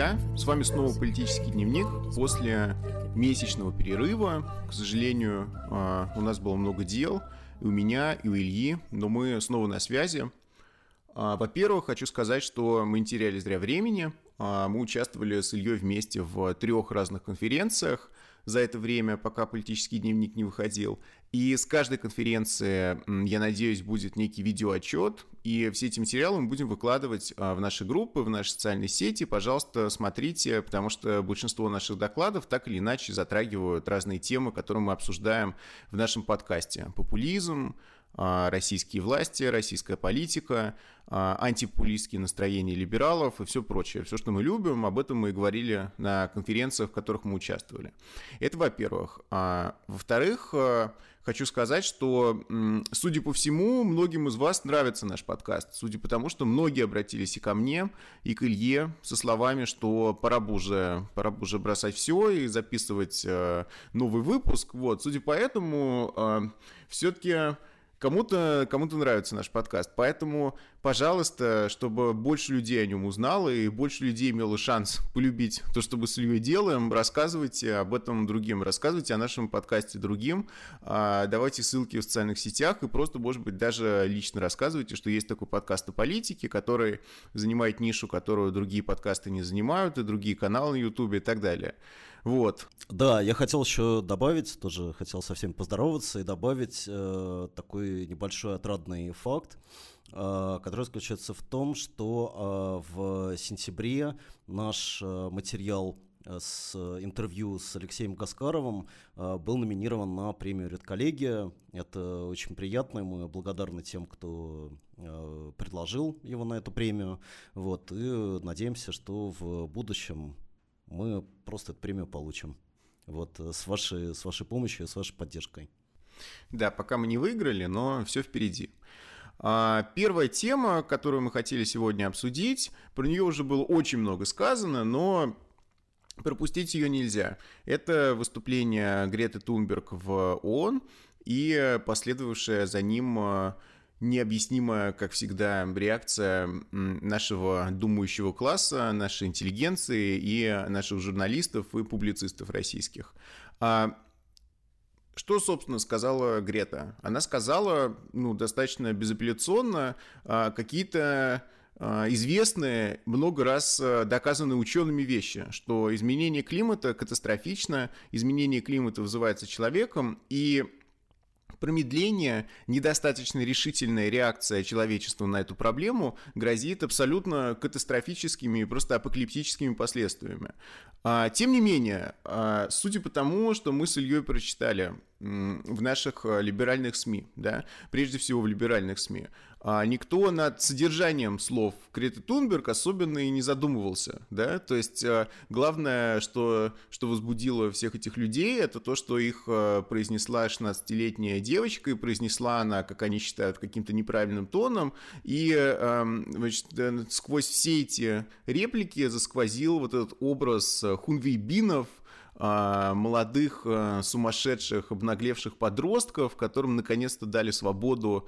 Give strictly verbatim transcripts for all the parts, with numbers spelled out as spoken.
друзья! С вами снова «Политический дневник» после месячного перерыва. К сожалению, у нас было много дел, и у меня, и у Ильи, но мы снова на связи. Во-первых, хочу сказать, что мы не теряли зря времени. Мы участвовали с Ильей вместе в трех разных конференциях за это время, пока «Политический дневник» не выходил. И с каждой конференции, я надеюсь, будет некий видеоотчет, и все эти материалы мы будем выкладывать в наши группы, в наши социальные сети. Пожалуйста, смотрите, потому что большинство наших докладов так или иначе затрагивают разные темы, которые мы обсуждаем в нашем подкасте. Популизм, российские власти, российская политика, антипопулистские настроения либералов и все прочее. Все, что мы любим, об этом мы и говорили на конференциях, в которых мы участвовали. Это во-первых. Во-вторых, хочу сказать, что, судя по всему, многим из вас нравится наш подкаст. Судя по тому, что многие обратились и ко мне, и к Илье со словами, что пора бы уже, пора бы уже бросать все и записывать новый выпуск. Вот. Судя по этому, все-таки... Кому-то, кому-то нравится наш подкаст, поэтому, пожалуйста, чтобы больше людей о нем узнало и больше людей имело шанс полюбить то, что мы с Ильей делаем, рассказывайте об этом другим, рассказывайте о нашем подкасте другим, давайте ссылки в социальных сетях и просто, может быть, даже лично рассказывайте, что есть такой подкаст о политике, который занимает нишу, которую другие подкасты не занимают, и другие каналы на Ютубе и так далее. Вот. Да, я хотел еще добавить, тоже хотел со всеми поздороваться и добавить э, такой небольшой отрадный факт, э, который заключается в том, что э, в сентябре наш э, материал с интервью с Алексеем Гаскаровым э, был номинирован на премию «Редколлегия». Это очень приятно, мы благодарны тем, кто э, предложил его на эту премию. Вот, и надеемся, что в будущем мы просто эту премию получим. Вот, с вашей, с вашей помощью, с вашей поддержкой. Да, пока мы не выиграли, но все впереди. Первая тема, которую мы хотели сегодня обсудить, про нее уже было очень много сказано, но пропустить ее нельзя. Это выступление Греты Тунберг в ООН и последовавшая за ним необъяснимая, как всегда, реакция нашего думающего класса, нашей интеллигенции и наших журналистов и публицистов российских. Что, собственно, сказала Грета? Она сказала, ну, достаточно безапелляционно, какие-то известные, много раз доказанные учеными вещи, что изменение климата катастрофично, изменение климата вызывается человеком, и промедление, недостаточно решительная реакция человечества на эту проблему грозит абсолютно катастрофическими и просто апокалиптическими последствиями. Тем не менее, судя по тому, что мы с Ильей прочитали в наших либеральных СМИ, да, прежде всего в либеральных СМИ, никто над содержанием слов Греты Тунберг особенно и не задумывался, да, то есть главное, что, что возбудило всех этих людей, это то, что их произнесла шестнадцатилетняя девочка, и произнесла она, как они считают, каким-то неправильным тоном, и, значит, сквозь все эти реплики засквозил вот этот образ хунвейбинов, молодых, сумасшедших, обнаглевших подростков, которым наконец-то дали свободу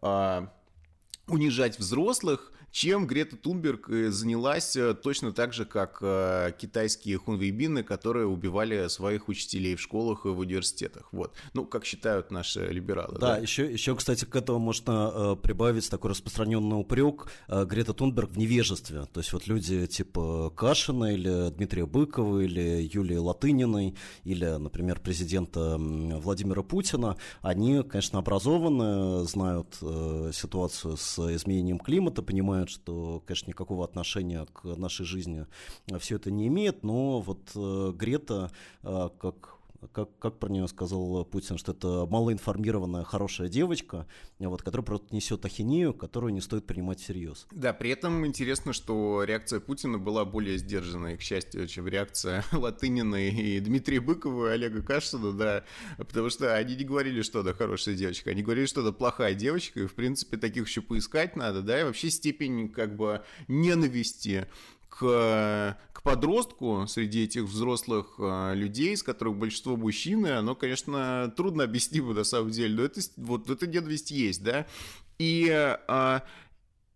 унижать взрослых, чем Грета Тунберг занялась точно так же, как китайские хунвейбины, которые убивали своих учителей в школах и в университетах. Вот. Ну, как считают наши либералы. Да, да? Еще, еще, кстати, к этому можно э, прибавить такой распространенный упрек э, Грета Тунберг в невежестве. То есть вот люди типа Кашина или Дмитрия Быкова или Юлии Латыниной или, например, президента Владимира Путина, они, конечно, образованы, знают э, ситуацию с изменением климата, понимают, что, конечно, никакого отношения к нашей жизни все это не имеет, но вот э, Грета, э, как... Как, как про нее сказал Путин, что это малоинформированная хорошая девочка, вот, которая просто несет ахинею, которую не стоит принимать всерьез. Да, при этом интересно, что реакция Путина была более сдержанной, к счастью, чем реакция Латыниной и Дмитрия Быкова и Олега Кашина, да, потому что они не говорили, что она хорошая девочка, они говорили, что она плохая девочка, и, в принципе, таких еще поискать надо, да, и вообще степень, как бы, ненависти К, к подростку среди этих взрослых э, людей, из которых большинство мужчины, оно, конечно, трудно объяснимо на самом деле, но это, вот, эта ненависть есть, да, и э,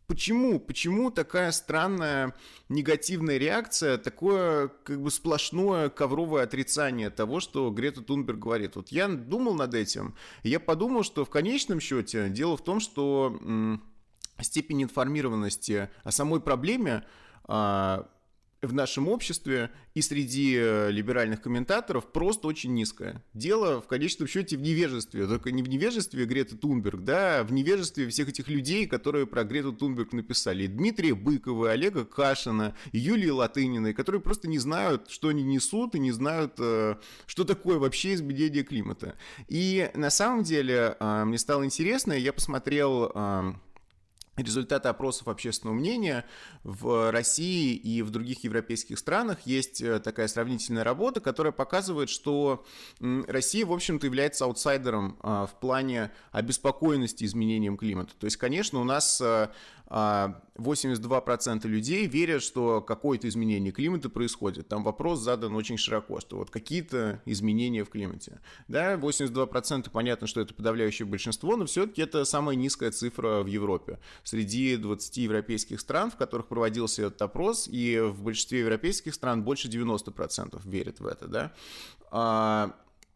Почему? Почему такая странная негативная реакция, такое как бы сплошное ковровое отрицание того, что Грета Тунберг говорит? Вот я думал над этим, и я подумал, что в конечном счете дело в том, что м, степень информированности о самой проблеме а, в нашем обществе и среди либеральных комментаторов просто очень низкое. Дело в конечном счете в невежестве, только не в невежестве Греты Тунберг, да, а в невежестве всех этих людей, которые про Грету Тунберг написали. И Дмитрия Быкова, Олега Кашина, и Юлии Латыниной, которые просто не знают, что они несут, и не знают, что такое вообще изменение климата. И на самом деле мне стало интересно, я посмотрел результаты опросов общественного мнения в России и в других европейских странах. Есть такая сравнительная работа, которая показывает, что Россия, в общем-то, является аутсайдером в плане обеспокоенности изменением климата. То есть, конечно, у нас восемьдесят два процента людей верят, что какое-то изменение климата происходит. Там вопрос задан очень широко, что вот какие-то изменения в климате. Да, восемьдесят два процента понятно, что это подавляющее большинство, но все-таки это самая низкая цифра в Европе. Среди двадцати европейских стран, в которых проводился этот опрос, и в большинстве европейских стран больше девяноста процентов верят в это, да. А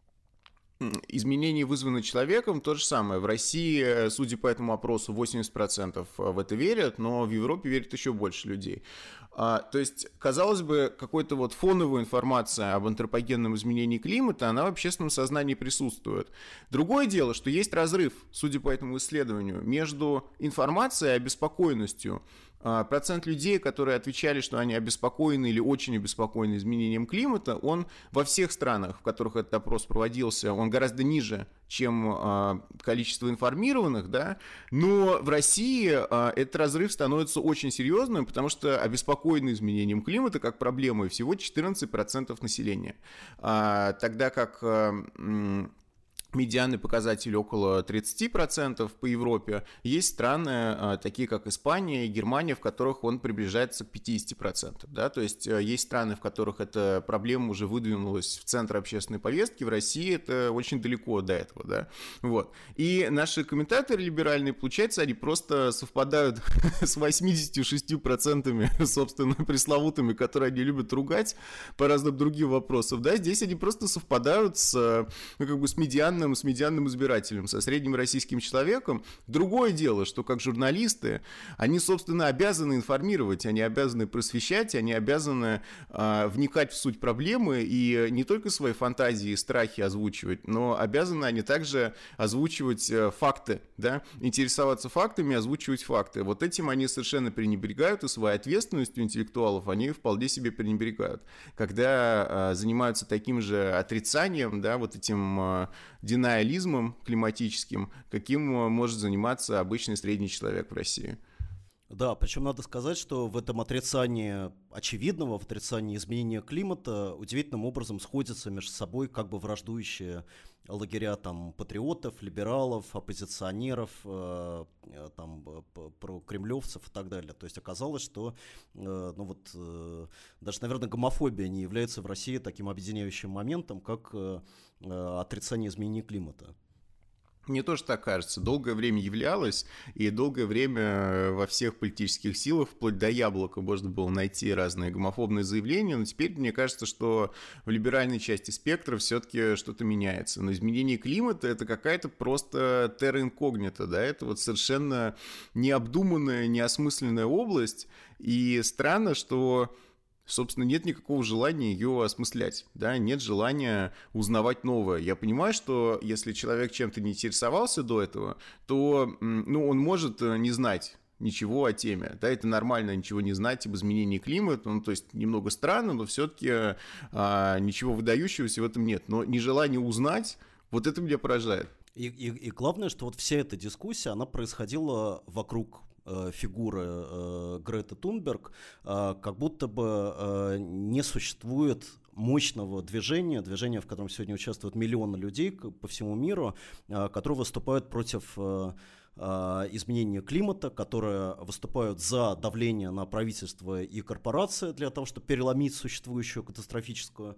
изменения, вызванные человеком, то же самое. В России, судя по этому опросу, восемьдесят процентов в это верят, но в Европе верит еще больше людей. А, то есть, казалось бы, какой-то вот фоновая информация об антропогенном изменении климата, она в общественном сознании присутствует. Другое дело, что есть разрыв, судя по этому исследованию, между информацией и обеспокоенностью. Процент людей, которые отвечали, что они обеспокоены или очень обеспокоены изменением климата, он во всех странах, в которых этот опрос проводился, он гораздо ниже, чем количество информированных, да, но в России этот разрыв становится очень серьезным, потому что обеспокоены изменением климата как проблемой всего четырнадцать процентов населения, тогда как медианный показатель около тридцать процентов по Европе. Есть страны, такие как Испания и Германия, в которых он приближается к пятидесяти процентам. Да? То есть есть страны, в которых эта проблема уже выдвинулась в центр общественной повестки. В России это очень далеко до этого. Да? Вот. И наши комментаторы либеральные, получается, они просто совпадают с восьмидесятью шестью процентами, собственно, пресловутыми, которые они любят ругать по разным другим вопросам. Да? Здесь они просто совпадают с, ну, как бы с медианным с медианным избирателем, со средним российским человеком. Другое дело, что как журналисты, они, собственно, обязаны информировать, они обязаны просвещать, они обязаны э, вникать в суть проблемы и не только свои фантазии и страхи озвучивать, но обязаны они также озвучивать э, факты, да, интересоваться фактами, озвучивать факты. Вот этим они совершенно пренебрегают, и своей ответственностью интеллектуалов они вполне себе пренебрегают. Когда э, занимаются таким же отрицанием, да, вот этим э, денаилизмом климатическим, каким может заниматься обычный средний человек в России. Да, причем надо сказать, что в этом отрицании очевидного, в отрицании изменения климата удивительным образом сходятся между собой как бы враждующие лагеря там патриотов, либералов, оппозиционеров, э, там прокремлевцев и так далее. То есть оказалось, что э, ну вот, э, даже, наверное, гомофобия не является в России таким объединяющим моментом, как э, отрицание изменения климата. Мне тоже так кажется. Долгое время являлось, и долгое время во всех политических силах, вплоть до Яблока, можно было найти разные гомофобные заявления, но теперь мне кажется, что в либеральной части спектра все-таки что-то меняется. Но изменение климата — это какая-то просто терра инкогнита, да, это вот совершенно необдуманная, неосмысленная область, и странно, что собственно, нет никакого желания ее осмыслять, да, нет желания узнавать новое. Я понимаю, что если человек чем-то не интересовался до этого, то, ну, он может не знать ничего о теме, да, это нормально ничего не знать об изменении климата, ну, то есть немного странно, но все-таки а, ничего выдающегося в этом нет, но нежелание узнать, вот это меня поражает. И, и, и главное, что вот вся эта дискуссия, она происходила вокруг фигуры э, Греты Тунберг, э, как будто бы э, не существует мощного движения, движения, в котором сегодня участвуют миллионы людей по всему миру, э, которые выступают против э, изменения климата, которые выступают за давление на правительство и корпорации для того, чтобы переломить существующую катастрофическую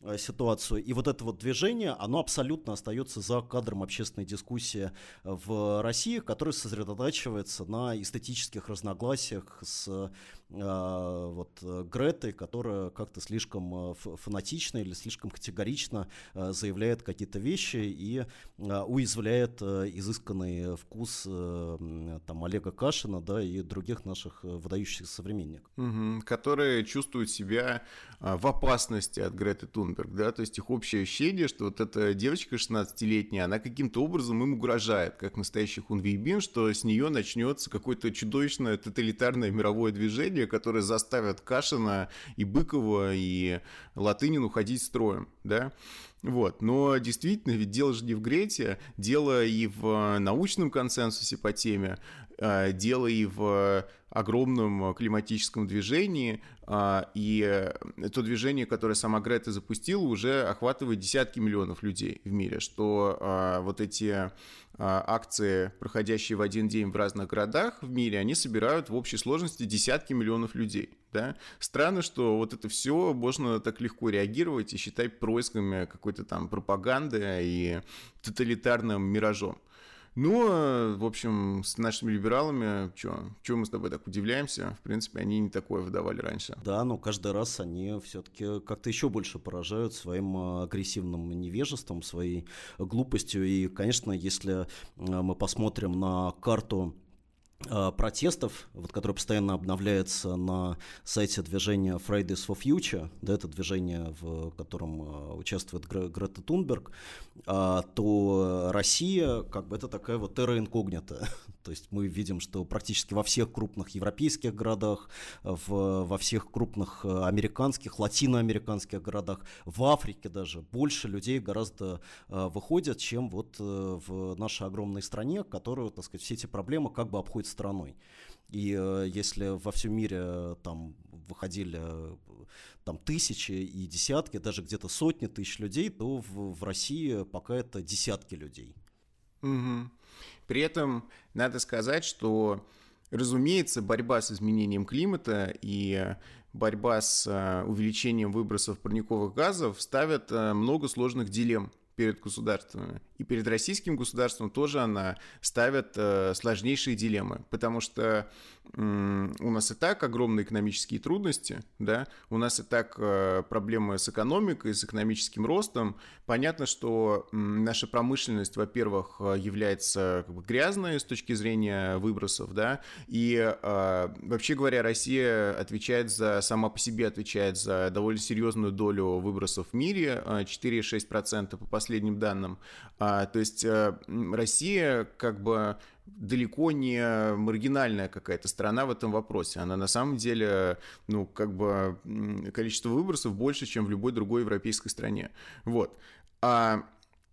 ситуацию. И вот это вот движение, оно абсолютно остается за кадром общественной дискуссии в России, которая сосредотачивается на эстетических разногласиях с э, вот, Гретой, которая как-то слишком фанатично или слишком категорично э, заявляет какие-то вещи и э, уязвляет э, изысканный вкус э, там, Олега Кашина, да, и других наших выдающихся современников. Угу, которые чувствуют себя э, в опасности от Греты Тунберг. Да, то есть их общее ощущение, что вот эта девочка шестнадцатилетняя, она каким-то образом им угрожает, как настоящий хунвейбин, что с нее начнется какое-то чудовищное тоталитарное мировое движение, которое заставит Кашина и Быкова и Латынину ходить строем, да. Вот. Но действительно, ведь дело же не в Грете, дело и в научном консенсусе по теме, дело и в огромном климатическом движении, и то движение, которое сама Грета запустила, уже охватывает десятки миллионов людей в мире, что вот эти акции, проходящие в один день в разных городах в мире, они собирают в общей сложности десятки миллионов людей. Да? Странно, что вот это все можно так легко реагировать и считать происками какой-то там пропаганды и тоталитарным миражом. Ну, в общем, с нашими либералами, что мы с тобой так удивляемся? В принципе, они не такое выдавали раньше. Да, но каждый раз они все-таки как-то еще больше поражают своим агрессивным невежеством, своей глупостью. И, конечно, если мы посмотрим на карту протестов, вот, которое постоянно обновляется на сайте движения Fridays for Future, да, это движение, в котором участвует Гре- Грета Тунберг, то Россия, как бы, это такая вот терра инкогнита. То есть мы видим, что практически во всех крупных европейских городах, в, во всех крупных американских, латиноамериканских городах, в Африке даже больше людей гораздо выходят, чем вот в нашей огромной стране, которую, так сказать, все эти проблемы как бы обходят страной. И э, если во всем мире там выходили там тысячи и десятки, даже где-то сотни тысяч людей, то в, в России пока это десятки людей. Угу. При этом надо сказать, что, разумеется, борьба с изменением климата и борьба с увеличением выбросов парниковых газов ставят много сложных дилемм перед государствами. И перед российским государством тоже она ставит э, сложнейшие дилеммы, потому что э, у нас и так огромные экономические трудности, да, у нас и так э, проблемы с экономикой, с экономическим ростом. Понятно, что э, наша промышленность, во-первых, является как бы грязной с точки зрения выбросов, да, и э, вообще говоря, Россия отвечает за, сама по себе отвечает за довольно серьезную долю выбросов в мире, четыре целых шесть десятых процента по последним данным. А, то есть а, Россия как бы далеко не маргинальная какая-то страна в этом вопросе. Она на самом деле, ну, как бы количество выбросов больше, чем в любой другой европейской стране. Вот. А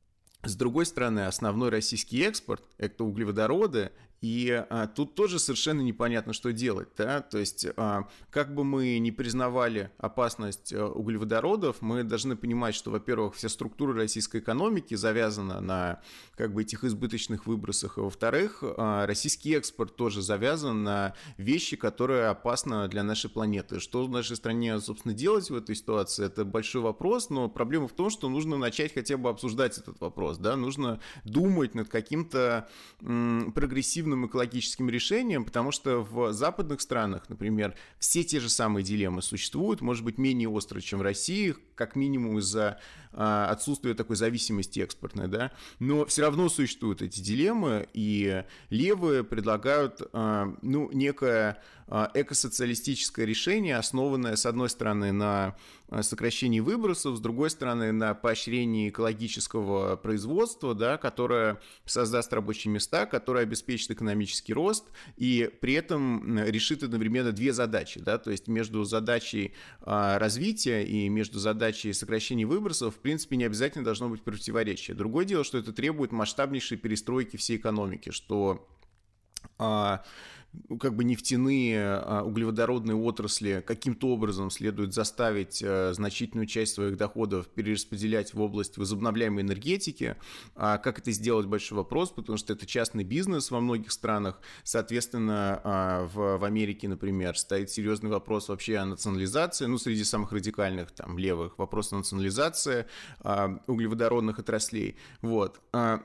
с другой стороны, основной российский экспорт – это углеводороды, и а, тут тоже совершенно непонятно, что делать, да, то есть а, как бы мы ни признавали опасность а, углеводородов, мы должны понимать, что, во-первых, вся структура российской экономики завязана на как бы этих избыточных выбросах, а во-вторых, а, российский экспорт тоже завязан на вещи, которые опасны для нашей планеты. Что в нашей стране, собственно, делать в этой ситуации, это большой вопрос, но проблема в том, что нужно начать хотя бы обсуждать этот вопрос, да, нужно думать над каким-то м, прогрессивным экологическим решением, потому что в западных странах, например, все те же самые дилеммы существуют, может быть, менее остро, чем в России, как минимум из-за а, отсутствия такой зависимости экспортной, да, но все равно существуют эти дилеммы, и левые предлагают, а, ну, некое а, экосоциалистическое решение, основанное, с одной стороны, на сокращении выбросов, с другой стороны, на поощрении экологического производства, да, которое создаст рабочие места, которое обеспечит экономический рост и при этом решит одновременно две задачи, да, то есть между задачей а, развития и между задачей сокращения выбросов в принципе не обязательно должно быть противоречие. Другое дело, что это требует масштабнейшей перестройки всей экономики, что а, как бы нефтяные, углеводородные отрасли каким-то образом следует заставить значительную часть своих доходов перераспределять в область возобновляемой энергетики. А как это сделать — большой вопрос, потому что это частный бизнес во многих странах. Соответственно, в, в Америке, например, стоит серьезный вопрос вообще о национализации, ну, среди самых радикальных, там, левых, вопрос о национализации углеводородных отраслей. Вот.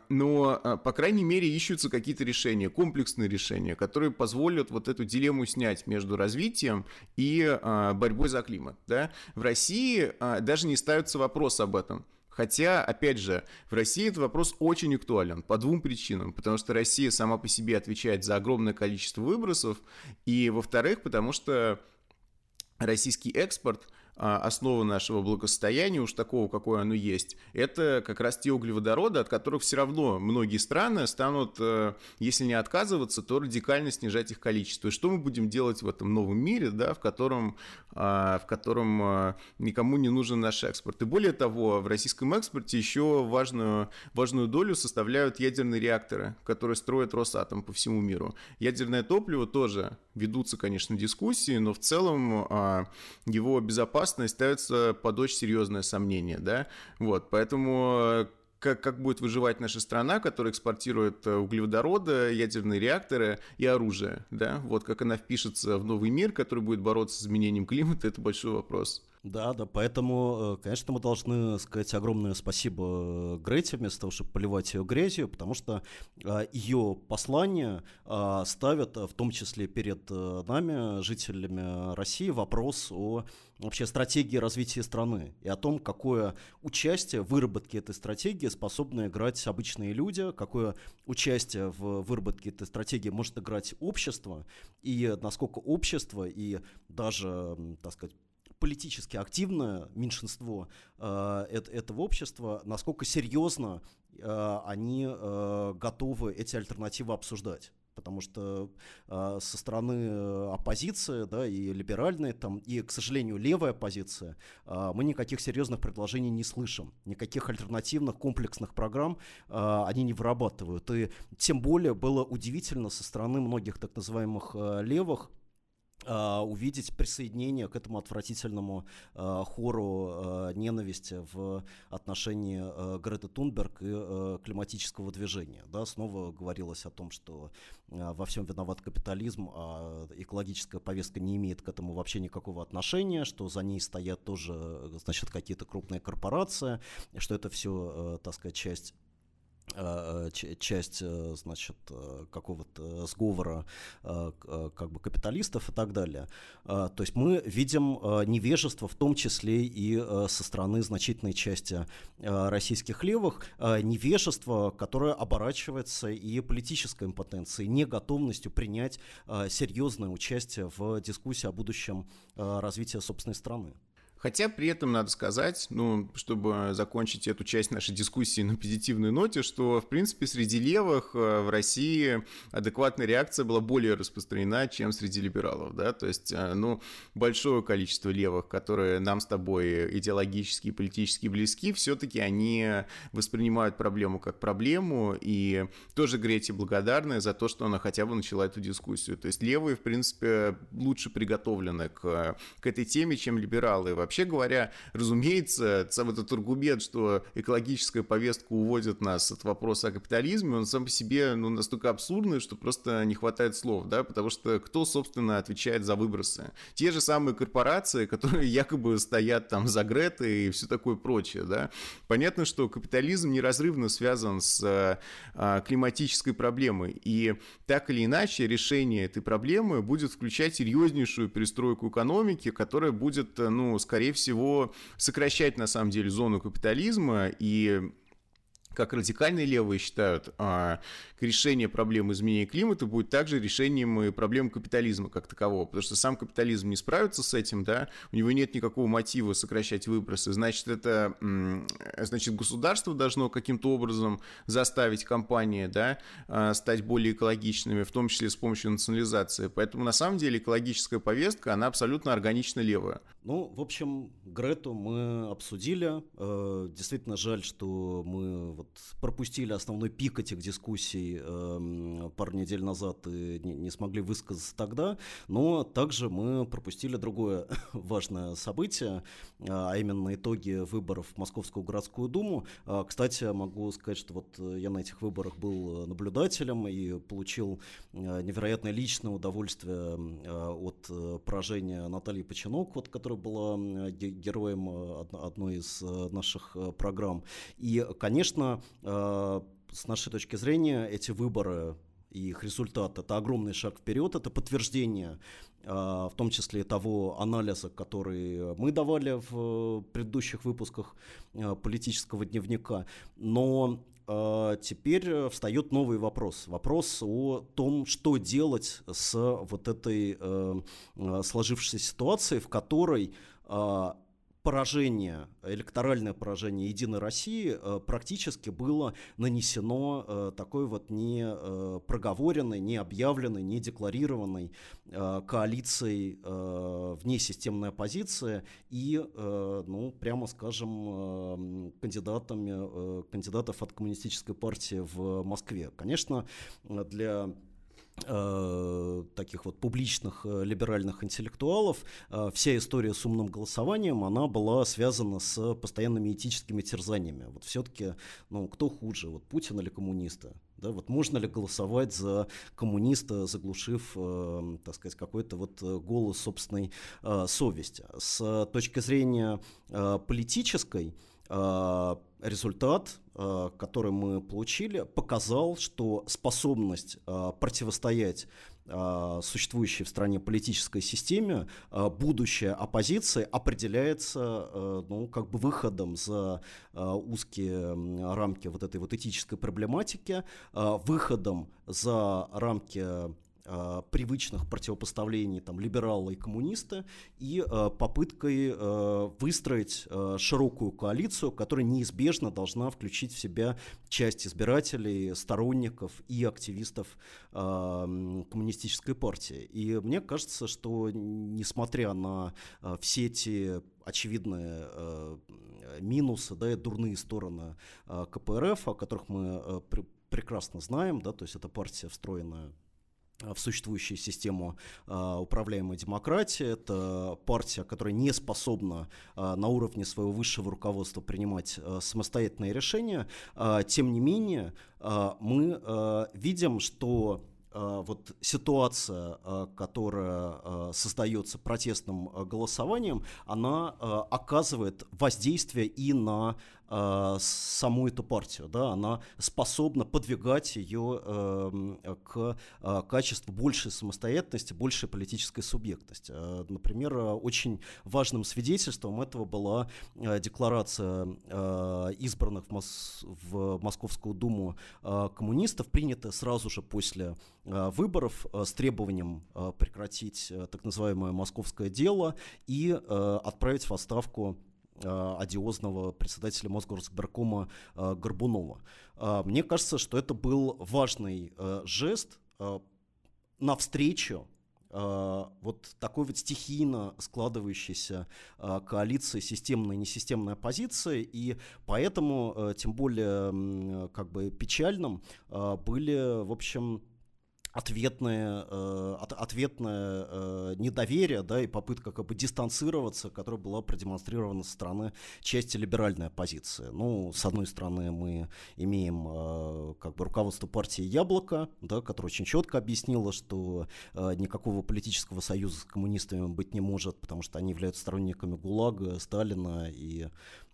Но, по крайней мере, ищутся какие-то решения, комплексные решения, которые позволят вот эту дилемму снять между развитием и борьбой за климат. Да? В России даже не ставится вопрос об этом. Хотя, опять же, в России этот вопрос очень актуален по двум причинам. Потому что Россия сама по себе отвечает за огромное количество выбросов. И, во-вторых, потому что российский экспорт, основа нашего благосостояния, уж такого, какое оно есть, это как раз те углеводороды, от которых все равно многие страны станут, если не отказываться, то радикально снижать их количество. И что мы будем делать в этом новом мире, да, в котором, в котором никому не нужен наш экспорт? И более того, в российском экспорте еще важную, важную долю составляют ядерные реакторы, которые строит Росатом по всему миру. Ядерное топливо тоже ведутся, конечно, дискуссии, но в целом его безопасность ставится под очень серьезное сомнение, да, вот, поэтому как, как будет выживать наша страна, которая экспортирует углеводороды, ядерные реакторы и оружие, да, вот, как она впишется в новый мир, который будет бороться с изменением климата, это большой вопрос. Да, да, поэтому, конечно, мы должны сказать огромное спасибо Грете, вместо того, чтобы поливать ее грязью, потому что ее послание ставит, в том числе перед нами, жителями России, вопрос о вообще стратегии развития страны и о том, какое участие в выработке этой стратегии способны играть обычные люди, какое участие в выработке этой стратегии может играть общество, и насколько общество и даже, так сказать, политически активное меньшинство э, этого общества, насколько серьезно э, они э, готовы эти альтернативы обсуждать. Потому что э, со стороны оппозиции, да, и либеральной, там, и, к сожалению, левая оппозиция, э, мы никаких серьезных предложений не слышим, никаких альтернативных комплексных программ э, они не вырабатывают. И тем более было удивительно со стороны многих так называемых э, левых увидеть присоединение к этому отвратительному э, хору э, ненависти в отношении э, Греты Тунберг и э, климатического движения. Да, снова говорилось о том, что э, во всем виноват капитализм, а экологическая повестка не имеет к этому вообще никакого отношения, что за ней стоят тоже, значит, какие-то крупные корпорации, что это все, э, так сказать, часть часть, значит, какого-то сговора как бы капиталистов и так далее. То есть мы видим невежество в том числе и со стороны значительной части российских левых, невежество, которое оборачивается и политической импотенцией, неготовностью принять серьезное участие в дискуссии о будущем развития собственной страны. Хотя при этом надо сказать, ну, чтобы закончить эту часть нашей дискуссии на позитивной ноте, что, в принципе, среди левых в России адекватная реакция была более распространена, чем среди либералов, да, то есть, ну, большое количество левых, которые нам с тобой идеологически и политически близки, все-таки они воспринимают проблему как проблему и тоже Грете благодарны за то, что она хотя бы начала эту дискуссию. То есть левые, в принципе, лучше приготовлены к, к этой теме, чем либералы. Вообще говоря, разумеется, сам этот аргумент, что экологическая повестка уводит нас от вопроса о капитализме, он сам по себе, ну, настолько абсурдный, что просто не хватает слов, да, потому что кто, собственно, отвечает за выбросы? Те же самые корпорации, которые якобы стоят там за Гретой и все такое прочее, да. Понятно, что капитализм неразрывно связан с а, климатической проблемой, и так или иначе решение этой проблемы будет включать серьезнейшую перестройку экономики, которая будет, ну, скорее скорее всего, сокращать на самом деле зону капитализма и, как радикальные левые считают, решение проблемы изменения климата будет также решением и проблем капитализма как такового, потому что сам капитализм не справится с этим, да, у него нет никакого мотива сокращать выбросы, значит, это, значит, государство должно каким-то образом заставить компании, да, стать более экологичными, в том числе с помощью национализации, поэтому на самом деле экологическая повестка, она абсолютно органично левая. Ну, в общем, Грету мы обсудили, действительно жаль, что мы вот вот пропустили основной пик этих дискуссий э, пару недель назад и не, не смогли высказаться тогда, но также мы пропустили другое важное событие, а именно итоги выборов в Московскую городскую думу. Кстати, могу сказать, что вот я на этих выборах был наблюдателем и получил невероятное личное удовольствие от поражения Натальи Починок, вот, которая была героем одной из наших программ. И, конечно, с нашей точки зрения, эти выборы и их результат – это огромный шаг вперед, это подтверждение, в том числе того анализа, который мы давали в предыдущих выпусках политического дневника. Но теперь встает новый вопрос. Вопрос о том, что делать с вот этой сложившейся ситуацией, в которой поражение, электоральное поражение «Единой России» практически было нанесено такой вот не проговоренной, не объявленной, не декларированной коалицией внесистемной оппозиции и, ну, прямо скажем, кандидатами, кандидатов от Коммунистической партии в Москве. Конечно, для таких вот публичных либеральных интеллектуалов вся история с умным голосованием, она была связана с постоянными этическими терзаниями. Вот все-таки, ну, кто хуже, вот Путин или коммунисты? Да, вот можно ли голосовать за коммуниста, заглушив, э, так сказать, какой-то вот голос собственной э, совести? С точки зрения э, политической, э, результат, э, который мы получили, показал, что способность э, противостоять э, существующей в стране политической системе, э, будущее оппозиции определяется э, ну, как бы выходом за э, узкие рамки вот этой вот этической проблематики, э, выходом за рамки привычных противопоставлений там, либералы и коммунисты и э, попыткой э, выстроить э, широкую коалицию, которая неизбежно должна включить в себя часть избирателей, сторонников и активистов э, коммунистической партии. И мне кажется, что несмотря на э, все эти очевидные э, минусы, да, и дурные стороны э, ка пэ эр эф, о которых мы э, пр- прекрасно знаем, да, то есть это партия, встроенная в существующую систему э, управляемой демократии. Это партия, которая не способна э, на уровне своего высшего руководства принимать э, самостоятельные решения. Э, тем не менее, э, мы э, видим, что э, вот ситуация, э, которая э, создается протестным э, голосованием, она э, оказывает воздействие и на саму эту партию, да, она способна подвигать ее э, к э, качеству большей самостоятельности, большей политической субъектности. Э, например, очень важным свидетельством этого была э, декларация э, избранных в, Мос- в Московскую думу э, коммунистов, принятая сразу же после э, выборов э, с требованием э, прекратить э, так называемое московское дело и э, отправить в отставку одиозного председателя Мосгорсберкома э, Горбунова. Э, мне кажется, что это был важный э, жест э, навстречу э, вот такой вот стихийно складывающейся э, коалиции системной и несистемной оппозиции, и поэтому э, тем более э, как бы печальным э, были, в общем, ответное, э, от, ответное э, недоверие, да, и попытка как бы дистанцироваться, которая была продемонстрирована со стороны части либеральной оппозиции. Ну, с одной стороны, мы имеем э, как бы руководство партии «Яблоко», да, которое очень четко объяснило, что э, никакого политического союза с коммунистами быть не может, потому что они являются сторонниками ГУЛАГа, Сталина, и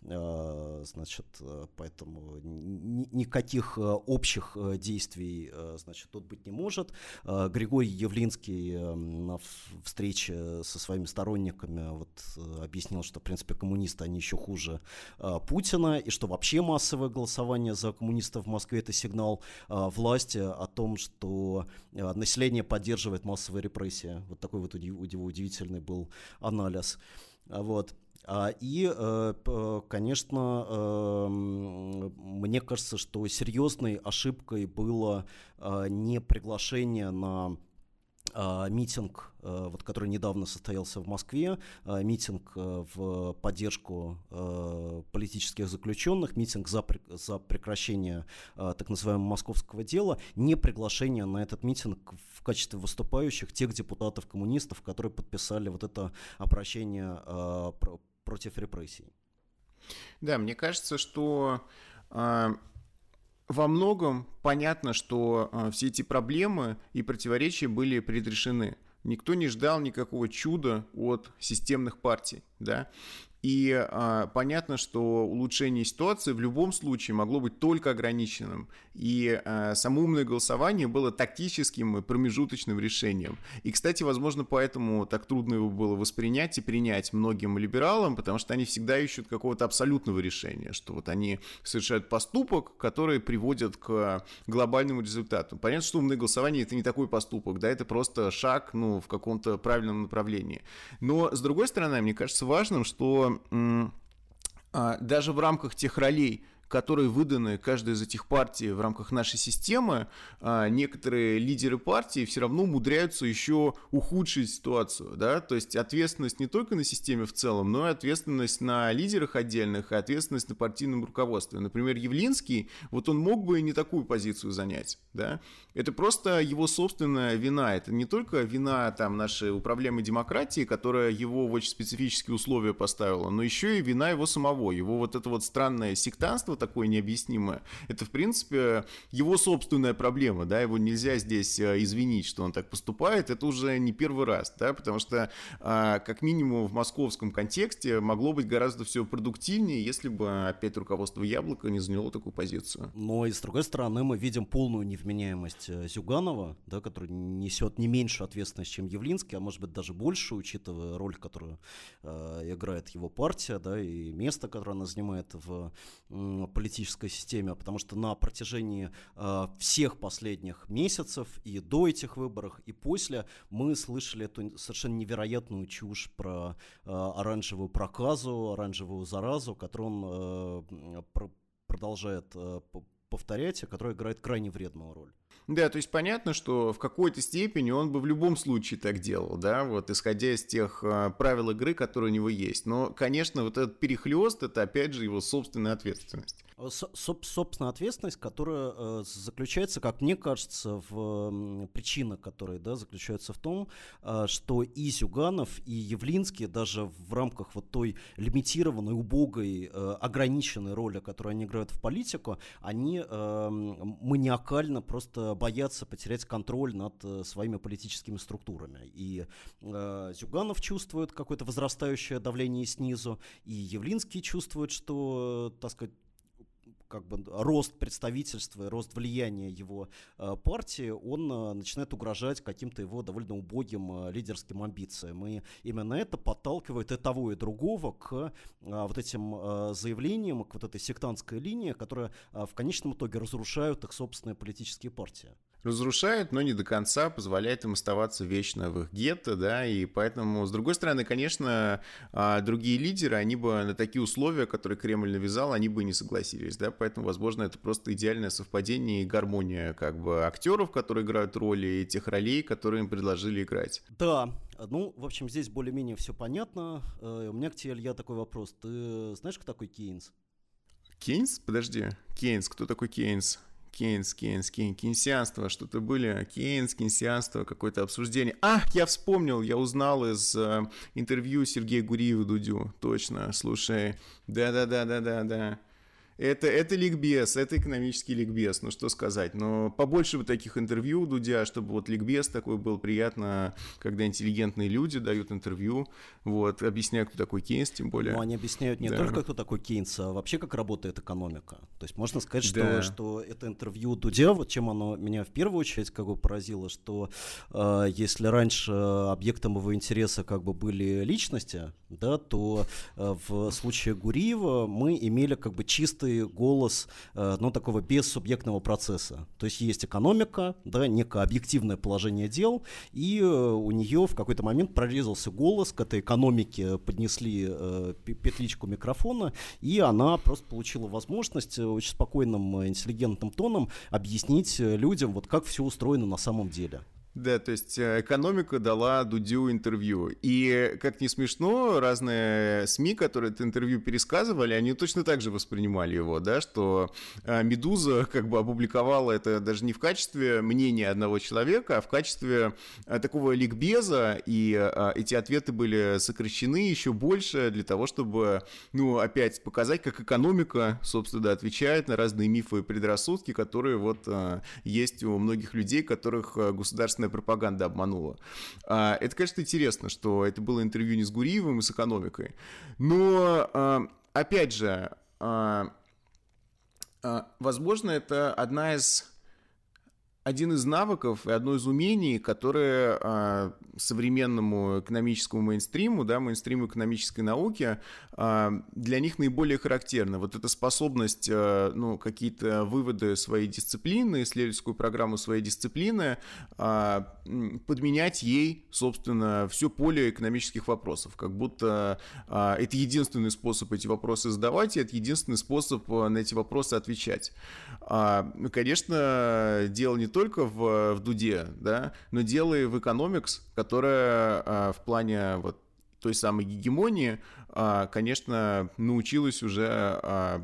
значит, поэтому ни- никаких общих действий, значит, тут быть не может. Григорий Явлинский на встрече со своими сторонниками вот объяснил, что, в принципе, коммунисты, они еще хуже Путина, и что вообще массовое голосование за коммунистов в Москве — это сигнал власти о том, что население поддерживает массовые репрессии. Вот такой вот у него удивительный был анализ. Вот. И, конечно, мне кажется, что серьезной ошибкой было не приглашение на митинг, вот, который недавно состоялся в Москве, митинг в поддержку политических заключенных, митинг за, за прекращение так называемого московского дела, не приглашение на этот митинг в качестве выступающих тех депутатов-коммунистов, которые подписали вот это обращение против репрессий. Да, мне кажется, что во многом понятно, что э, все эти проблемы и противоречия были предрешены. Никто не ждал никакого чуда от системных партий, да. И э, понятно, что улучшение ситуации в любом случае могло быть только ограниченным. И э, само умное голосование было тактическим и промежуточным решением. И, кстати, возможно, поэтому так трудно его было воспринять и принять многим либералам, потому что они всегда ищут какого-то абсолютного решения, что вот они совершают поступок, который приводит к глобальному результату. Понятно, что умное голосование — это не такой поступок, да, это просто шаг, ну, в каком-то правильном направлении. Но, с другой стороны, мне кажется важным, что даже в рамках тех ролей, которые выданы каждой из этих партий в рамках нашей системы, некоторые лидеры партии все равно умудряются еще ухудшить ситуацию, да, то есть ответственность не только на системе в целом, но и ответственность на лидерах отдельных и ответственность на партийном руководстве. Например, Явлинский, вот он мог бы и не такую позицию занять, да, это просто его собственная вина, это не только вина там нашей управляемой демократии, которая его в очень специфические условия поставила, но еще и вина его самого, его вот это вот странное сектантство такое необъяснимое, это в принципе его собственная проблема, да, его нельзя здесь извинить, что он так поступает, это уже не первый раз, да, потому что как минимум в московском контексте могло быть гораздо все продуктивнее, если бы опять руководство Яблока не заняло такую позицию. Но и с другой стороны мы видим полную невменяемость Зюганова, да, который несет не меньшую ответственность, чем Явлинский, а может быть даже больше, учитывая роль, которую э, играет его партия, да, и место, которое она занимает в э, политической системе, потому что на протяжении э, всех последних месяцев и до этих выборов, и после мы слышали эту совершенно невероятную чушь про э, оранжевую проказу, оранжевую заразу, которую он э, про- продолжает э, повторять, а которая играет крайне вредную роль. Да, то есть понятно, что в какой-то степени он бы в любом случае так делал, да, вот исходя из тех э, правил игры, которые у него есть. Но, конечно, вот этот перехлёст, это опять же его собственная ответственность. Соб- собственная ответственность, которая э, заключается, как мне кажется, в э, причина которой, да, заключается в том, э, что и Зюганов, и Явлинский даже в рамках вот той лимитированной, убогой, э, ограниченной роли, которую они играют в политику, они э, маниакально просто боятся потерять контроль над э, своими политическими структурами. И э, Зюганов чувствует какое-то возрастающее давление снизу, и Явлинский чувствует, что, э, так сказать, как бы рост представительства, рост влияния его э, партии, он э, начинает угрожать каким-то его довольно убогим э, лидерским амбициям. И именно это подталкивает и того, и другого к э, вот этим э, заявлениям, к вот этой сектантской линии, которая э, в конечном итоге разрушают их собственные политические партии. Разрушает, но не до конца, позволяет им оставаться вечно в их гетто, да, и поэтому, с другой стороны, конечно, другие лидеры, они бы на такие условия, которые Кремль навязал, они бы не согласились, да, поэтому, возможно, это просто идеальное совпадение и гармония, как бы, актеров, которые играют роли, и тех ролей, которые им предложили играть. Да, ну, в общем, здесь более-менее все понятно. У меня к тебе, Илья, такой вопрос. Ты знаешь, кто такой Кейнс? Кейнс? Подожди, Кейнс, кто такой Кейнс? Кейнс, Кейнс, Кейнс, кейнсианство, что-то были, Кейнс, кейнсианство, какое-то обсуждение. А, я вспомнил, я узнал из э, интервью Сергея Гуриева Дудю, точно, слушай, да-да-да-да-да-да. Это, это ликбез, это экономический ликбез, ну что сказать. Но побольше бы таких интервью у Дудя, чтобы вот ликбез такой был. Приятно, когда интеллигентные люди дают интервью, вот, объясняют, кто такой Кейнс, тем более. Ну, они объясняют не да. только, кто такой Кейнс, а вообще, как работает экономика. То есть можно сказать, что, да. что это интервью Дудя, вот чем оно меня в первую очередь как бы поразило, что э, если раньше объектом его интереса как бы были личности, да, то э, в случае Гуриева мы имели как бы чисто голос, ну, такого бессубъектного процесса. То есть есть экономика, да, некое объективное положение дел, и у нее в какой-то момент прорезался голос, к этой экономике поднесли э, петличку микрофона, и она просто получила возможность очень спокойным, интеллигентным тоном объяснить людям, вот как все устроено на самом деле. Да, то есть экономика дала Дудю интервью. И, как ни смешно, разные СМИ, которые это интервью пересказывали, они точно так же воспринимали его, да, что «Медуза» как бы опубликовала это даже не в качестве мнения одного человека, а в качестве такого ликбеза, и эти ответы были сокращены еще больше для того, чтобы, ну, опять показать, как экономика, собственно, отвечает на разные мифы и предрассудки, которые вот есть у многих людей, которых государственная пропаганда обманула. Это, конечно, интересно, что это было интервью не с Гуриевым и с экономикой. Но, опять же, возможно, это одна из... один из навыков и одно из умений, которые э, современному экономическому мейнстриму, да, мейнстриму экономической науки, э, для них наиболее характерна. Вот эта способность, э, ну, какие-то выводы своей дисциплины, исследовательскую программу своей дисциплины э, подменять ей, собственно, все поле экономических вопросов. Как будто э, это единственный способ эти вопросы задавать, и это единственный способ на эти вопросы отвечать. Э, конечно, дело не только в, в Дуде, да, но дело и в экономикс, которая а, в плане вот той самой гегемонии, а, конечно, научилась уже а,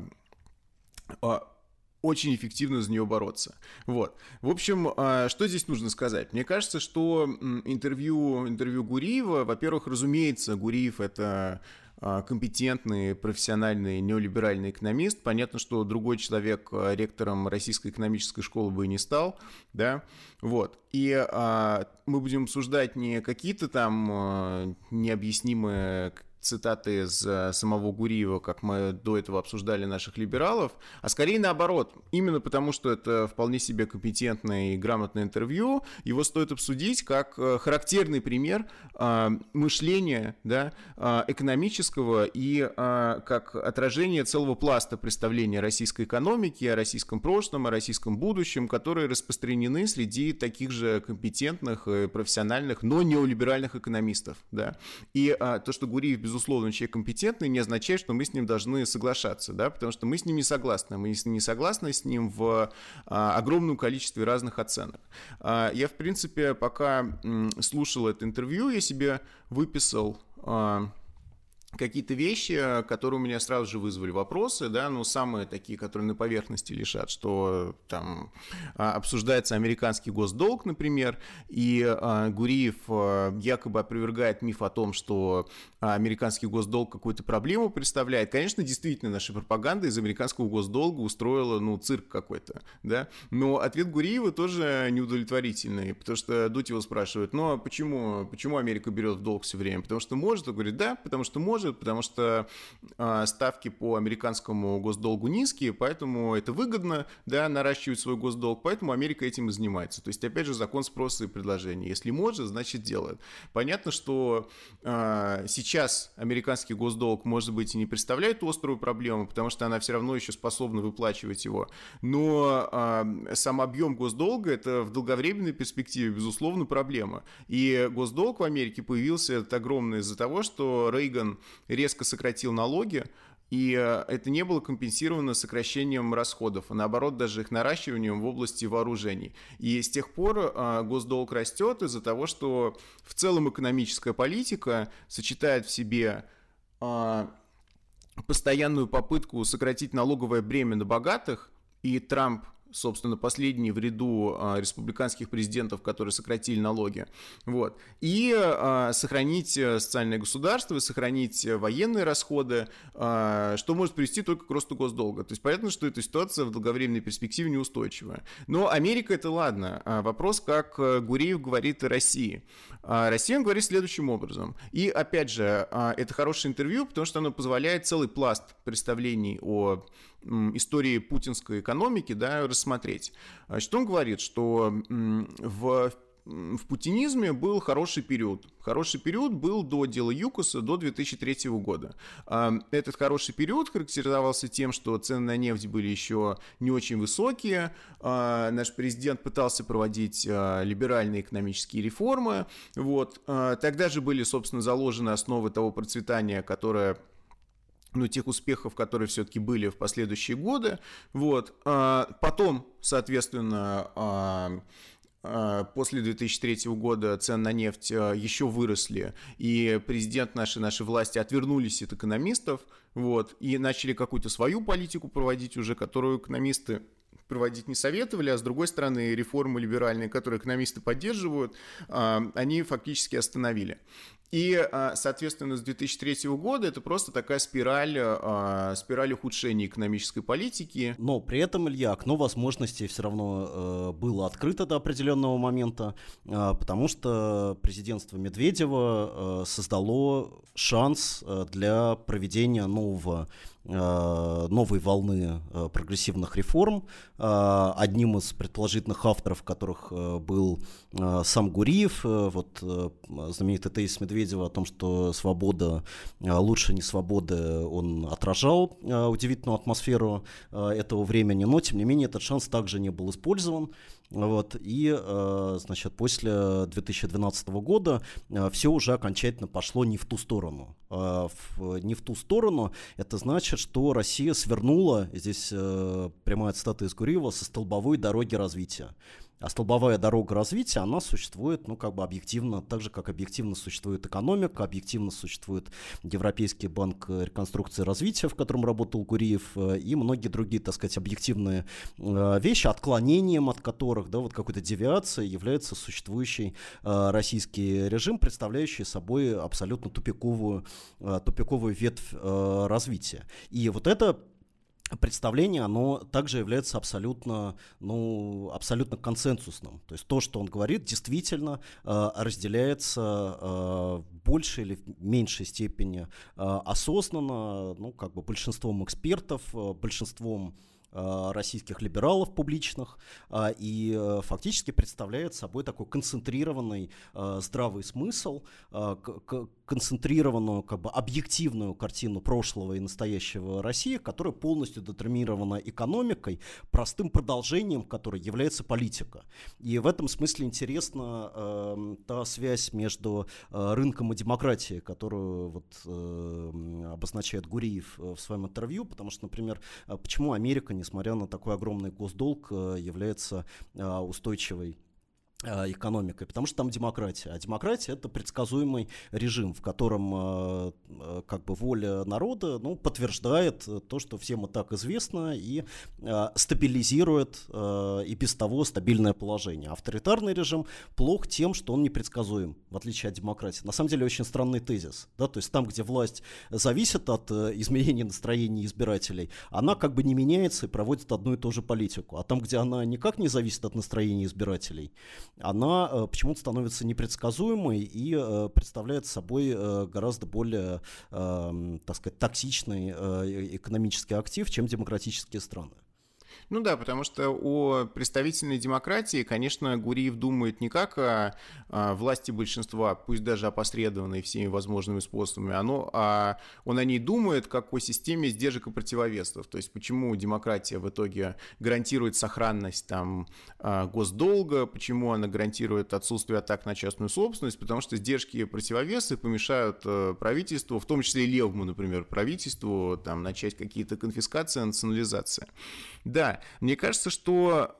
а, очень эффективно за нее бороться. Вот. В общем, а, что здесь нужно сказать? Мне кажется, что интервью, интервью Гуриева, во-первых, разумеется, Гуриев — это компетентный, профессиональный, неолиберальный экономист. Понятно, что другой человек ректором Российской экономической школы бы и не стал, да, вот. И а, мы будем обсуждать не какие-то там а, необъяснимые цитаты из самого Гуриева, как мы до этого обсуждали наших либералов, а скорее наоборот. Именно потому, что это вполне себе компетентное и грамотное интервью, его стоит обсудить как характерный пример э, мышления, да, э, экономического и э, как отражение целого пласта представления российской экономики, о российском прошлом, о российском будущем, которые распространены среди таких же компетентных, профессиональных, но неолиберальных экономистов. Да. И э, то, что Гуриев, безусловно, человек компетентный, не означает, что мы с ним должны соглашаться, да, потому что мы с ним не согласны. Мы не согласны с ним в а, огромном количестве разных оценок. А, я, в принципе, пока м, слушал это интервью, я себе выписал... А, какие-то вещи, которые у меня сразу же вызвали вопросы, да, ну, самые такие, которые на поверхности лежат, что там а, обсуждается американский госдолг, например, и а, Гуриев а, якобы опровергает миф о том, что а, американский госдолг какую-то проблему представляет. Конечно, действительно, наша пропаганда из американского госдолга устроила, ну, цирк какой-то, да, но ответ Гуриева тоже неудовлетворительный, потому что Дудь его спрашивает, ну, а почему, почему Америка берет в долг все время? Потому что может? Он говорит, да, потому что может, потому что э, ставки по американскому госдолгу низкие, поэтому это выгодно, да, наращивать свой госдолг, поэтому Америка этим и занимается. То есть, опять же, закон спроса и предложения. Если может, значит делает. Понятно, что э, сейчас американский госдолг, может быть, и не представляет острую проблему, потому что она все равно еще способна выплачивать его, но э, сам объем госдолга — это в долговременной перспективе, безусловно, проблема. И госдолг в Америке появился этот огромный из-за того, что Рейган резко сократил налоги, и это не было компенсировано сокращением расходов, а наоборот даже их наращиванием в области вооружений. И с тех пор госдолг растет из-за того, что в целом экономическая политика сочетает в себе постоянную попытку сократить налоговое бремя на богатых, и Трамп, собственно, последний в ряду а, республиканских президентов, которые сократили налоги, вот, и а, сохранить социальное государство, сохранить военные расходы, а, что может привести только к росту госдолга. То есть понятно, что эта ситуация в долговременной перспективе неустойчивая. Но Америка — это ладно. А вопрос, как Гуриев говорит о России. А Россия, он говорит следующим образом. И, опять же, а, это хорошее интервью, потому что оно позволяет целый пласт представлений о истории путинской экономики, да, рассмотреть. Что он говорит? Что в, в путинизме был хороший период. Хороший период был до дела ЮКОСа, до две тысячи третьего года. Этот хороший период характеризовался тем, что цены на нефть были еще не очень высокие. Наш президент пытался проводить либеральные экономические реформы. Вот. Тогда же были, собственно, заложены основы того процветания, которое... ну, тех успехов, которые все-таки были в последующие годы. Вот. Потом, соответственно, после две тысячи третьего года цены на нефть еще выросли, и президент, наши, наши власти отвернулись от экономистов, вот, и начали какую-то свою политику проводить уже, которую экономисты проводить не советовали, а с другой стороны реформы либеральные, которые экономисты поддерживают, они фактически остановили. И, соответственно, с две тысячи третьего года это просто такая спираль, спираль ухудшения экономической политики. Но при этом, Илья, окно возможностей все равно было открыто до определенного момента, потому что президентство Медведева создало шанс для проведения нового новой волны прогрессивных реформ. Одним из предположительных авторов которых был сам Гуриев. Вот знаменитый тезис Медведева о том, что свобода лучше не свободы, он отражал удивительную атмосферу этого времени, но тем не менее этот шанс также не был использован. Вот, и, значит, после две тысячи двенадцатого года все уже окончательно пошло не в ту сторону. Не в ту сторону, это значит, что Россия свернула, здесь прямая цитата из Гуриева, со столбовой дороги развития. А столбовая дорога развития, она существует, ну, как бы объективно, так же, как объективно существует экономика, объективно существует Европейский банк реконструкции и развития, в котором работал Гуриев, и многие другие, так сказать, объективные вещи, отклонением от которых, да, вот какой-то девиацией является существующий российский режим, представляющий собой абсолютно тупиковую, тупиковую ветвь развития. И вот это представление, оно также является абсолютно, ну, абсолютно консенсусным. То есть то, что он говорит, действительно э, разделяется э, в большей или в меньшей степени э, осознанно, ну, как бы большинством экспертов, э, большинством российских либералов публичных, и фактически представляет собой такой концентрированный здравый смысл, концентрированную, как бы объективную картину прошлого и настоящего России, которая полностью детерминирована экономикой, простым продолжением которой является политика. И в этом смысле интересна э, та связь между э, рынком и демократией, которую вот, э, обозначает Гуриев в своем интервью, потому что, например, почему Америка, несмотря на такой огромный госдолг, является устойчивой экономикой, потому что там демократия. А демократия — это предсказуемый режим, в котором э, э, как бы воля народа, ну, подтверждает то, что всем и так известно, и э, стабилизирует э, и без того стабильное положение. Авторитарный режим плох тем, что он непредсказуем, в отличие от демократии. На самом деле очень странный тезис. Да? То есть там, где власть зависит от э, изменения настроений избирателей, она как бы не меняется и проводит одну и ту же политику. А там, где она никак не зависит от настроения избирателей, она э, почему-то становится непредсказуемой и э, представляет собой э, гораздо более, э, так сказать, токсичный э, экономический актив, чем демократические страны. Ну да, потому что о представительной демократии, конечно, Гуриев думает не как о, о власти большинства, пусть даже опосредованной всеми возможными способами, оно, а он о ней думает как о системе сдержек и противовесов. То есть почему демократия в итоге гарантирует сохранность там, госдолга, почему она гарантирует отсутствие атак на частную собственность, потому что сдержки и противовесы помешают правительству, в том числе и левому, например, правительству, там, начать какие-то конфискации, национализации. Да, мне кажется, что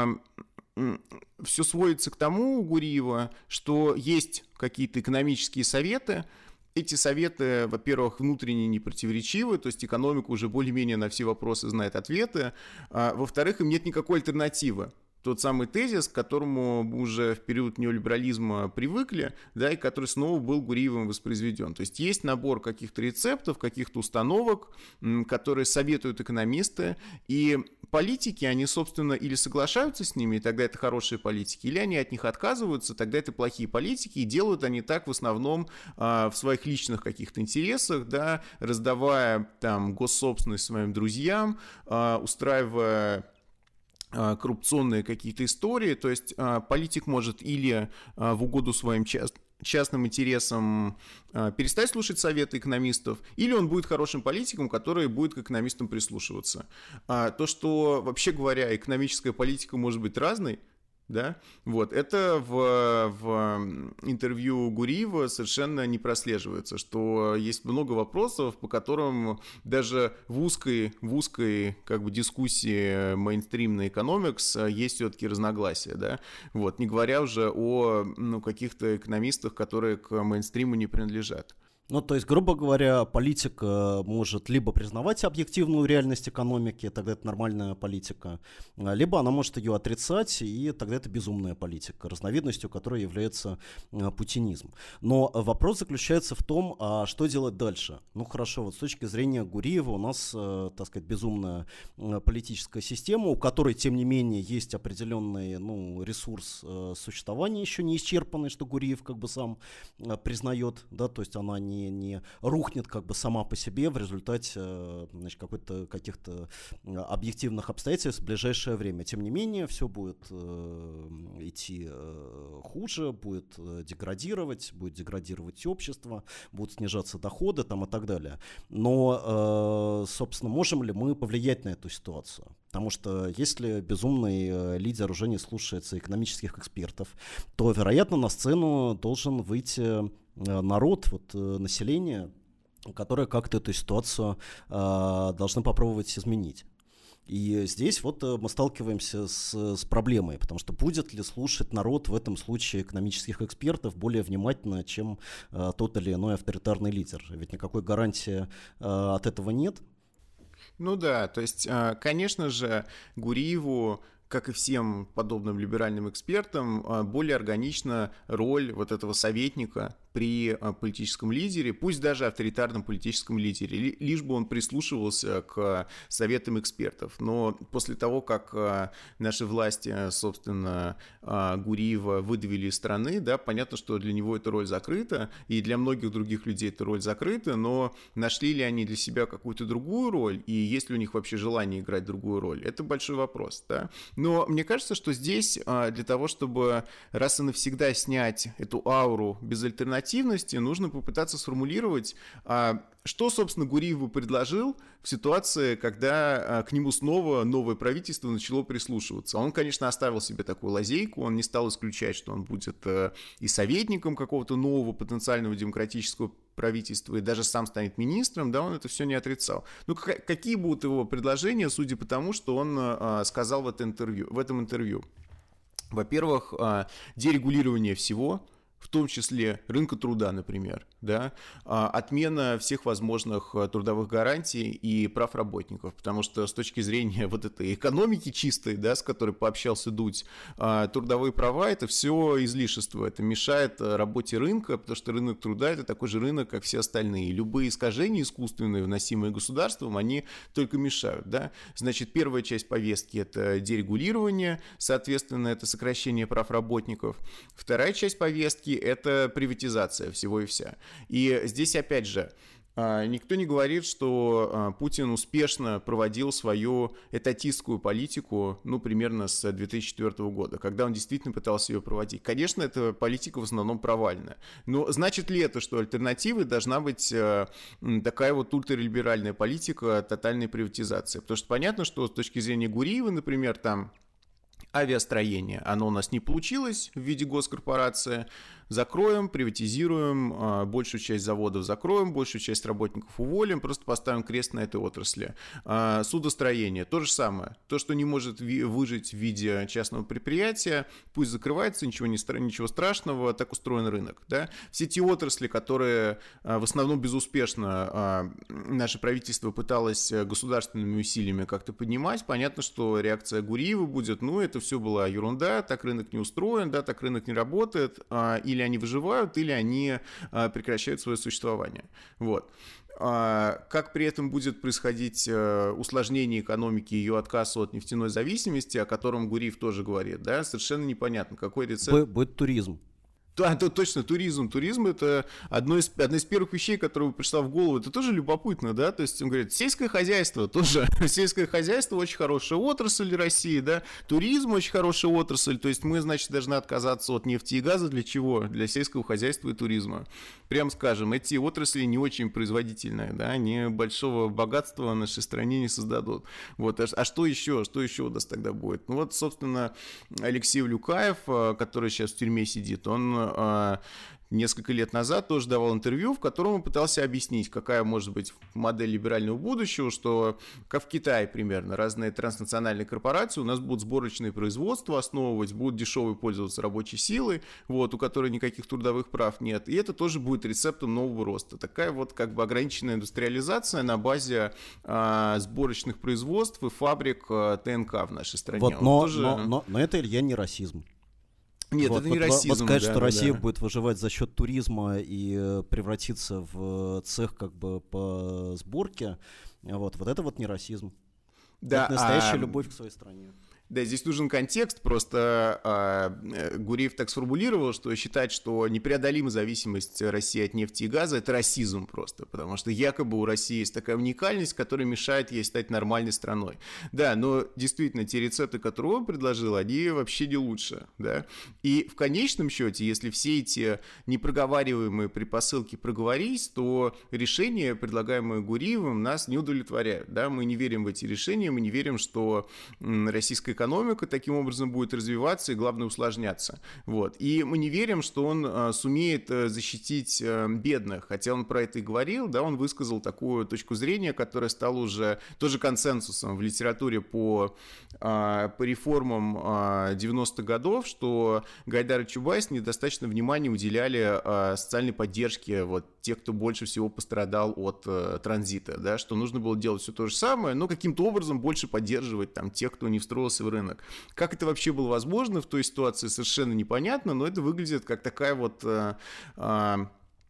э, все сводится к тому у Гуриева, что есть какие-то экономические советы. Эти советы, во-первых, внутренне непротиворечивы, то есть экономика уже более-менее на все вопросы знает ответы. А, во-вторых, им нет никакой альтернативы. Тот самый тезис, к которому уже в период неолиберализма привыкли, да, и который снова был Гуриевым воспроизведен. То есть есть набор каких-то рецептов, каких-то установок, которые советуют экономисты, и политики, они, собственно, или соглашаются с ними, и тогда это хорошие политики, или они от них отказываются, тогда это плохие политики, и делают они так в основном э, в своих личных каких-то интересах, да, раздавая там госсобственность своим друзьям, э, устраивая коррупционные какие-то истории, то есть а, политик может или а, в угоду своим част, частным интересам а, перестать слушать советы экономистов, или он будет хорошим политиком, который будет к экономистам прислушиваться. А, то, что, вообще говоря, экономическая политика может быть разной, Да? Вот. Это в, в интервью Гуриева совершенно не прослеживается, что есть много вопросов, по которым даже в узкой, в узкой как бы, дискуссии мейнстримный экономикс есть все-таки разногласия. Да? Вот. Не говоря уже о ну, каких-то экономистах, которые к мейнстриму не принадлежат. Ну, то есть, грубо говоря, политика может либо признавать объективную реальность экономики, тогда это нормальная политика, либо она может ее отрицать, и тогда это безумная политика, разновидностью которой является путинизм. Но вопрос заключается в том, а что делать дальше? Ну, хорошо, вот с точки зрения Гуриева у нас, так сказать, безумная политическая система, у которой, тем не менее, есть определенный ну, ресурс существования еще не исчерпанный, что Гуриев как бы сам признает, да, то есть она не Не, не рухнет как бы сама по себе в результате значит, какой-то, каких-то объективных обстоятельств в ближайшее время. Тем не менее, все будет э, идти э, хуже, будет деградировать, будет деградировать общество, будут снижаться доходы там, и так далее. Но, э, собственно, можем ли мы повлиять на эту ситуацию? Потому что если безумный э, лидер уже не слушается экономических экспертов, то, вероятно, на сцену должен выйти народ, вот, население, которое как-то эту ситуацию э, должны попробовать изменить. И здесь вот мы сталкиваемся с, с проблемой, потому что будет ли слушать народ в этом случае экономических экспертов более внимательно, чем э, тот или иной авторитарный лидер. Ведь никакой гарантии э, от этого нет. Ну да, то есть, э, конечно же, Гуриеву, как и всем подобным либеральным экспертам, более органична роль вот этого советника при политическом лидере, пусть даже авторитарном политическом лидере, лишь бы он прислушивался к советам экспертов. Но после того, как наши власти, собственно, Гуриева выдавили из страны, да, понятно, что для него эта роль закрыта, и для многих других людей эта роль закрыта, но нашли ли они для себя какую-то другую роль, и есть ли у них вообще желание играть другую роль, это большой вопрос, да. Но мне кажется, что здесь для того, чтобы раз и навсегда снять эту ауру безальтернативности, нужно попытаться сформулировать, что, собственно, Гуриеву предложил в ситуации, когда к нему снова новое правительство начало прислушиваться. Он, конечно, оставил себе такую лазейку, он не стал исключать, что он будет и советником какого-то нового потенциального демократического правительства, и даже сам станет министром, да, он это все не отрицал. Ну, какие будут его предложения, судя по тому, что он сказал в этом интервью? В этом интервью? Во-первых, дерегулирование всего, в том числе рынка труда, например, да, отмена всех возможных трудовых гарантий и прав работников, потому что с точки зрения вот этой экономики чистой, да, с которой пообщался Дудь, трудовые права — это все излишество, это мешает работе рынка, потому что рынок труда — это такой же рынок, как все остальные. Любые искажения искусственные, вносимые государством, они только мешают, да. Значит, первая часть повестки — это дерегулирование, соответственно, это сокращение прав работников. Вторая часть повестки — это приватизация всего и вся. И здесь, опять же, никто не говорит, что Путин успешно проводил свою этатистскую политику, ну, примерно с две тысячи четвёртого года, когда он действительно пытался ее проводить. Конечно, эта политика в основном провальная. Но значит ли это, что альтернативой должна быть такая вот ультралиберальная политика тотальной приватизации? Потому что понятно, что с точки зрения Гуриева, например, там авиастроение, оно у нас не получилось в виде госкорпорации, закроем, приватизируем, большую часть заводов закроем, большую часть работников уволим, просто поставим крест на этой отрасли. Судостроение, то же самое. То, что не может выжить в виде частного предприятия, пусть закрывается, ничего, не, ничего страшного, так устроен рынок. Да? Все те отрасли, которые в основном безуспешно наше правительство пыталось государственными усилиями как-то поднимать, понятно, что реакция Гуриева будет, ну, это все была ерунда, так рынок не устроен, да, так рынок не работает, и или они выживают, или они а, прекращают свое существование. Вот. А, как при этом будет происходить а, усложнение экономики, ее отказ от нефтяной зависимости, о котором Гуриев тоже говорит, да, совершенно непонятно, какой рецепт. Будет туризм. Да, то, точно, туризм. Туризм — это одно из, одна из первых вещей, которая пришла в голову. Это тоже любопытно, да? То есть он говорит, сельское хозяйство тоже. Сельское хозяйство очень хорошая отрасль России, да? Туризм очень хорошая отрасль. То есть мы, значит, должны отказаться от нефти и газа. Для чего? Для сельского хозяйства и туризма. Прям скажем, эти отрасли не очень производительные, да? Они большого богатства в нашей стране не создадут. Вот. А, а что еще? Что еще у нас тогда будет? Ну вот, собственно, Алексей Улюкаев, который сейчас в тюрьме сидит, он несколько лет назад тоже давал интервью, в котором он пытался объяснить, какая может быть модель либерального будущего, что, как в Китае примерно, разные транснациональные корпорации у нас будут сборочные производства основывать, будут дешевой пользоваться рабочей силой, вот, у которой никаких трудовых прав нет, и это тоже будет рецептом нового роста. Такая вот как бы ограниченная индустриализация на базе а, сборочных производств и фабрик а, ТНК в нашей стране. Вот, но, тоже... но, но, но это, Илья, не расизм. Нет, вот, это не вот, расизм. Вот сказать, да, что да, Россия да. будет выживать за счет туризма и превратиться в цех как бы по сборке, вот, вот это вот не расизм. Да, это настоящая а... любовь к своей стране. Да, здесь нужен контекст, просто э, Гуриев так сформулировал, что считать, что непреодолимая зависимость России от нефти и газа – это расизм просто, потому что якобы у России есть такая уникальность, которая мешает ей стать нормальной страной. Да, но действительно, те рецепты, которые он предложил, они вообще не лучше, да. И в конечном счете, если все эти непроговариваемые предпосылки проговорить, то решения, предлагаемые Гуриевым, нас не удовлетворяют, да. Мы не верим в эти решения, мы не верим, что м, российская экономика таким образом будет развиваться и, главное, усложняться. Вот. И мы не верим, что он а, сумеет а, защитить а, бедных, хотя он про это и говорил, да, он высказал такую точку зрения, которая стала уже тоже консенсусом в литературе по, а, по реформам а, девяностых годов, что Гайдар и Чубайс недостаточно внимания уделяли а, социальной поддержке вот, тех, кто больше всего пострадал от а, транзита, да, что нужно было делать все то же самое, но каким-то образом больше поддерживать там, тех, кто не встроился в рынок. Как это вообще было возможно в той ситуации, совершенно непонятно, но это выглядит как такая вот а, а,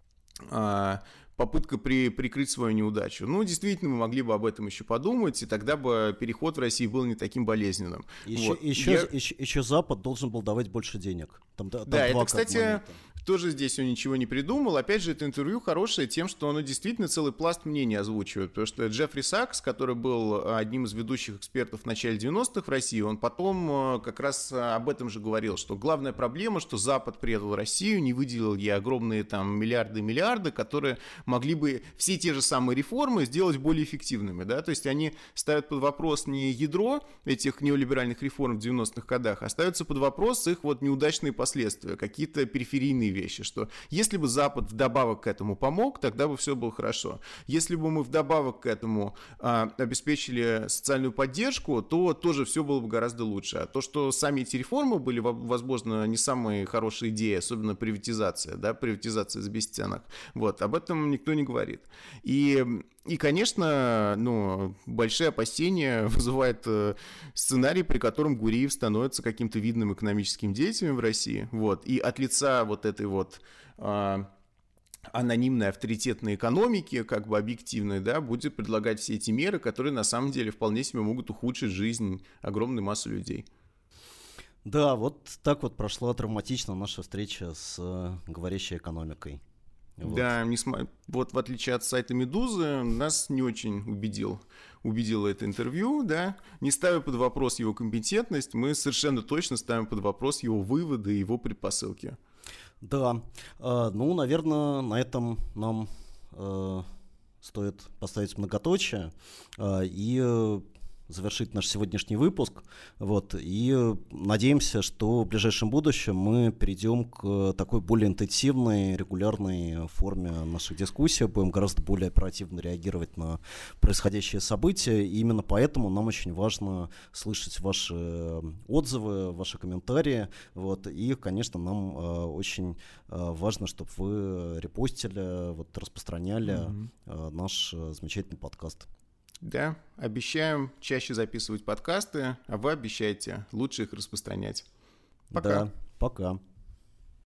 а, попытка при, прикрыть свою неудачу. Ну, действительно, мы могли бы об этом еще подумать, и тогда бы переход в России был не таким болезненным. Еще, вот. еще, Я... еще, еще Запад должен был давать больше денег. Там, там да, два это, кстати, момента. Тоже здесь он ничего не придумал. Опять же, это интервью хорошее тем, что оно действительно целый пласт мнений озвучивает. Потому что Джеффри Сакс, который был одним из ведущих экспертов в начале девяностых в России, он потом как раз об этом же говорил, что главная проблема, что Запад предал Россию, не выделил ей огромные там миллиарды и миллиарды, которые могли бы все те же самые реформы сделать более эффективными. Да? То есть они ставят под вопрос не ядро этих неолиберальных реформ в девяностых годах, а ставятся под вопрос их вот неудачные последствия, какие-то периферийные вещи, что если бы Запад вдобавок к этому помог, тогда бы все было хорошо. Если бы мы вдобавок к этому а, обеспечили социальную поддержку, то тоже все было бы гораздо лучше. А то, что сами эти реформы были, возможно, не самые хорошие идеи, особенно приватизация, да, приватизация за бесценок, вот, об этом никто не говорит. И И, конечно, ну, большие опасения вызывает э, сценарий, при котором Гуриев становится каким-то видным экономическим деятелем в России. Вот. И от лица вот этой вот э, анонимной авторитетной экономики, как бы объективной, да, будет предлагать все эти меры, которые на самом деле вполне себе могут ухудшить жизнь огромной массы людей. Да, вот так вот прошла травматично наша встреча с э, говорящей экономикой. Вот. Да, не см... вот в отличие от сайта «Медузы», нас не очень убедил, убедило это интервью, да, не ставя под вопрос его компетентность, мы совершенно точно ставим под вопрос его выводы и его предпосылки. Да, э, ну, наверное, на этом нам э, стоит поставить многоточие э, и э, завершить наш сегодняшний выпуск. Вот, и надеемся, что в ближайшем будущем мы перейдем к такой более интенсивной, регулярной форме наших дискуссий, будем гораздо более оперативно реагировать на происходящие события. И именно поэтому нам очень важно слышать ваши отзывы, ваши комментарии. Вот, и, конечно, нам э, очень э, важно, чтобы вы репостили, вот, распространяли mm-hmm. э, наш э, замечательный подкаст. Да, обещаем чаще записывать подкасты, а вы обещаете лучше их распространять. Пока. Да, пока.